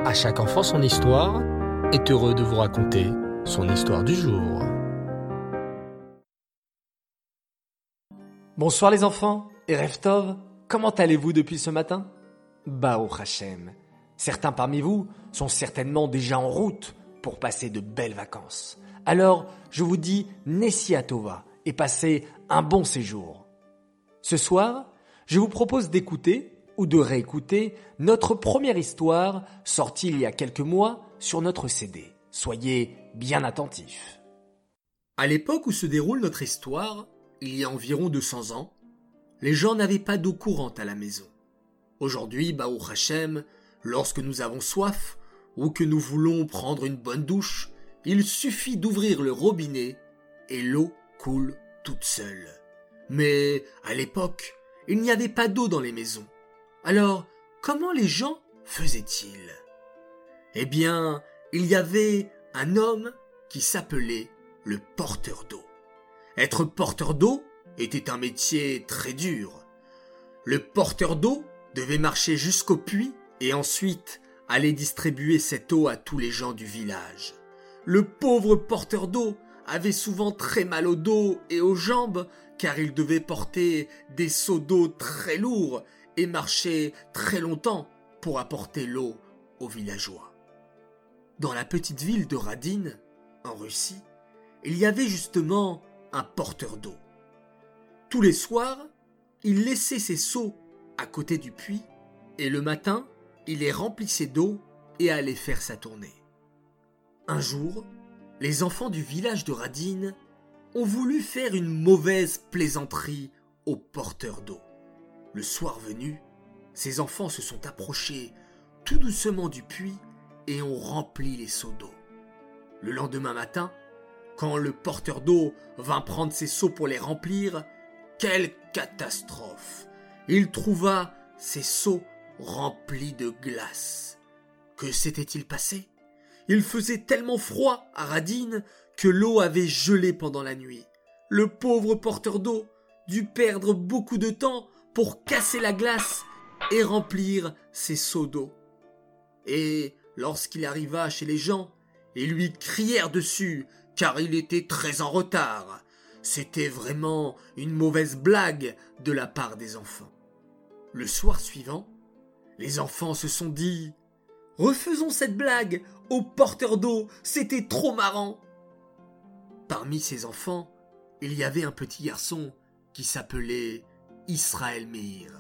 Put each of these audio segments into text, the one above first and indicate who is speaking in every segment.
Speaker 1: À chaque enfant son histoire est heureux de vous raconter son histoire du jour.
Speaker 2: Bonsoir les enfants, et Erev Tov, comment allez-vous depuis ce matin? Baruch Hashem. Certains parmi vous sont certainement déjà en route pour passer de belles vacances. Alors, je vous dis Nesiat Tova et passez un bon séjour. Ce soir, je vous propose d'écouter ou de réécouter notre première histoire sortie il y a quelques mois sur notre CD. Soyez bien attentifs.
Speaker 3: À l'époque où se déroule notre histoire, il y a environ 200 ans, les gens n'avaient pas d'eau courante à la maison. Aujourd'hui, Baruch Hashem, lorsque nous avons soif ou que nous voulons prendre une bonne douche, il suffit d'ouvrir le robinet et l'eau coule toute seule. Mais à l'époque, il n'y avait pas d'eau dans les maisons. Alors, comment les gens faisaient-ils? Eh bien, il y avait un homme qui s'appelait le porteur d'eau. Être porteur d'eau était un métier très dur. Le porteur d'eau devait marcher jusqu'au puits et ensuite aller distribuer cette eau à tous les gens du village. Le pauvre porteur d'eau avait souvent très mal au dos et aux jambes car il devait porter des seaux d'eau très lourds et marcher très longtemps pour apporter l'eau aux villageois. Dans la petite ville de Radin, en Russie, il y avait justement un porteur d'eau. Tous les soirs, il laissait ses seaux à côté du puits et le matin, il les remplissait d'eau et allait faire sa tournée. Un jour, les enfants du village de Radin ont voulu faire une mauvaise plaisanterie au porteur d'eau. Le soir venu, ces enfants se sont approchés tout doucement du puits et ont rempli les seaux d'eau. Le lendemain matin, quand le porteur d'eau vint prendre ses seaux pour les remplir, quelle catastrophe! Il trouva ses seaux remplis de glace. Que s'était-il passé? Il faisait tellement froid à Radin que l'eau avait gelé pendant la nuit. Le pauvre porteur d'eau dut perdre beaucoup de temps pour casser la glace et remplir ses seaux d'eau. Et lorsqu'il arriva chez les gens, ils lui crièrent dessus car il était très en retard. C'était vraiment une mauvaise blague de la part des enfants. Le soir suivant, les enfants se sont dit « Refaisons cette blague au porteur d'eau, c'était trop marrant !» Parmi ces enfants, il y avait un petit garçon qui s'appelait Israël Meir.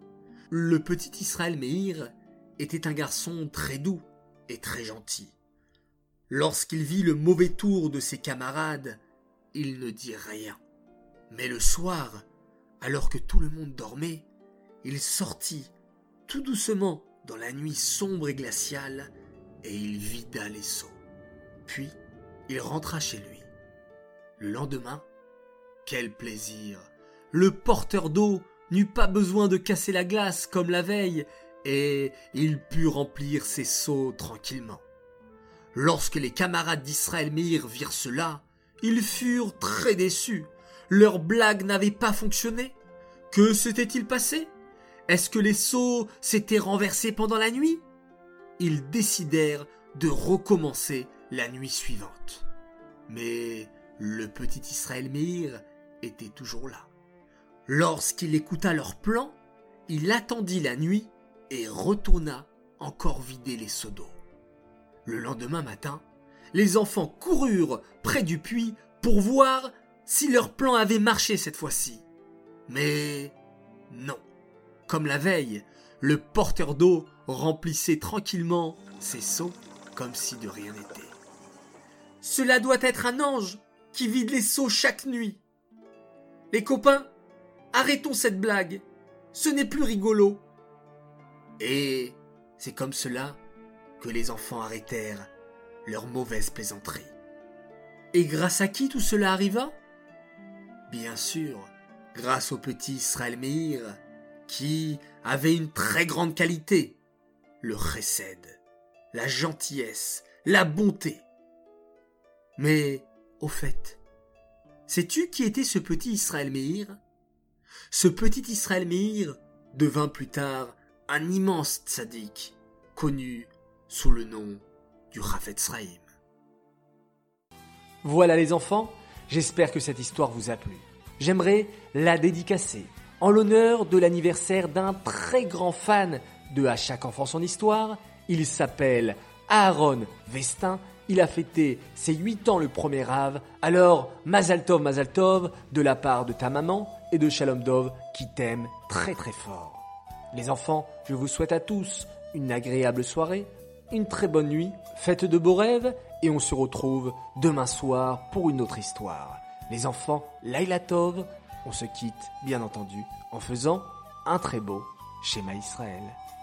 Speaker 3: Le petit Israël Meir était un garçon très doux et très gentil. Lorsqu'il vit le mauvais tour de ses camarades, il ne dit rien. Mais le soir, alors que tout le monde dormait, il sortit tout doucement dans la nuit sombre et glaciale et il vida les seaux. Puis, il rentra chez lui. Le lendemain, quel plaisir! Le porteur d'eau n'eut pas besoin de casser la glace comme la veille et il put remplir ses seaux tranquillement. Lorsque les camarades d'Israël Meir virent cela, ils furent très déçus. Leur blague n'avait pas fonctionné. Que s'était-il passé? Est-ce que les seaux s'étaient renversés pendant la nuit? Ils décidèrent de recommencer la nuit suivante. Mais le petit Israël Meir était toujours là. Lorsqu'il écouta leur plan, il attendit la nuit et retourna encore vider les seaux d'eau. Le lendemain matin, les enfants coururent près du puits pour voir si leur plan avait marché cette fois-ci. Mais non. Comme la veille, le porteur d'eau remplissait tranquillement ses seaux comme si de rien n'était. « Cela doit être un ange qui vide les seaux chaque nuit. Les copains, arrêtons cette blague. Ce n'est plus rigolo. » Et c'est comme cela que les enfants arrêtèrent leur mauvaise plaisanterie. Et grâce à qui tout cela arriva? Bien sûr, grâce au petit Israël Meir, qui avait une très grande qualité, le chesed, la gentillesse, la bonté. Mais, au fait, sais-tu qui était ce petit Israël Meir? Ce petit Israël Meir devint plus tard un immense tzaddik, connu sous le nom du Chafetz Chaim.
Speaker 2: Voilà les enfants, j'espère que cette histoire vous a plu. J'aimerais la dédicacer en l'honneur de l'anniversaire d'un très grand fan de À chaque enfant son histoire. Il s'appelle Aaron Vestin. Il a fêté ses 8 ans le 1er Av. Alors, Mazal Tov, de la part de ta maman et de Shalom Dov qui t'aime très très fort. Les enfants, je vous souhaite à tous une agréable soirée, une très bonne nuit, faites de beaux rêves et on se retrouve demain soir pour une autre histoire. Les enfants, Laila Tov, on se quitte bien entendu en faisant un très beau Shema Israël.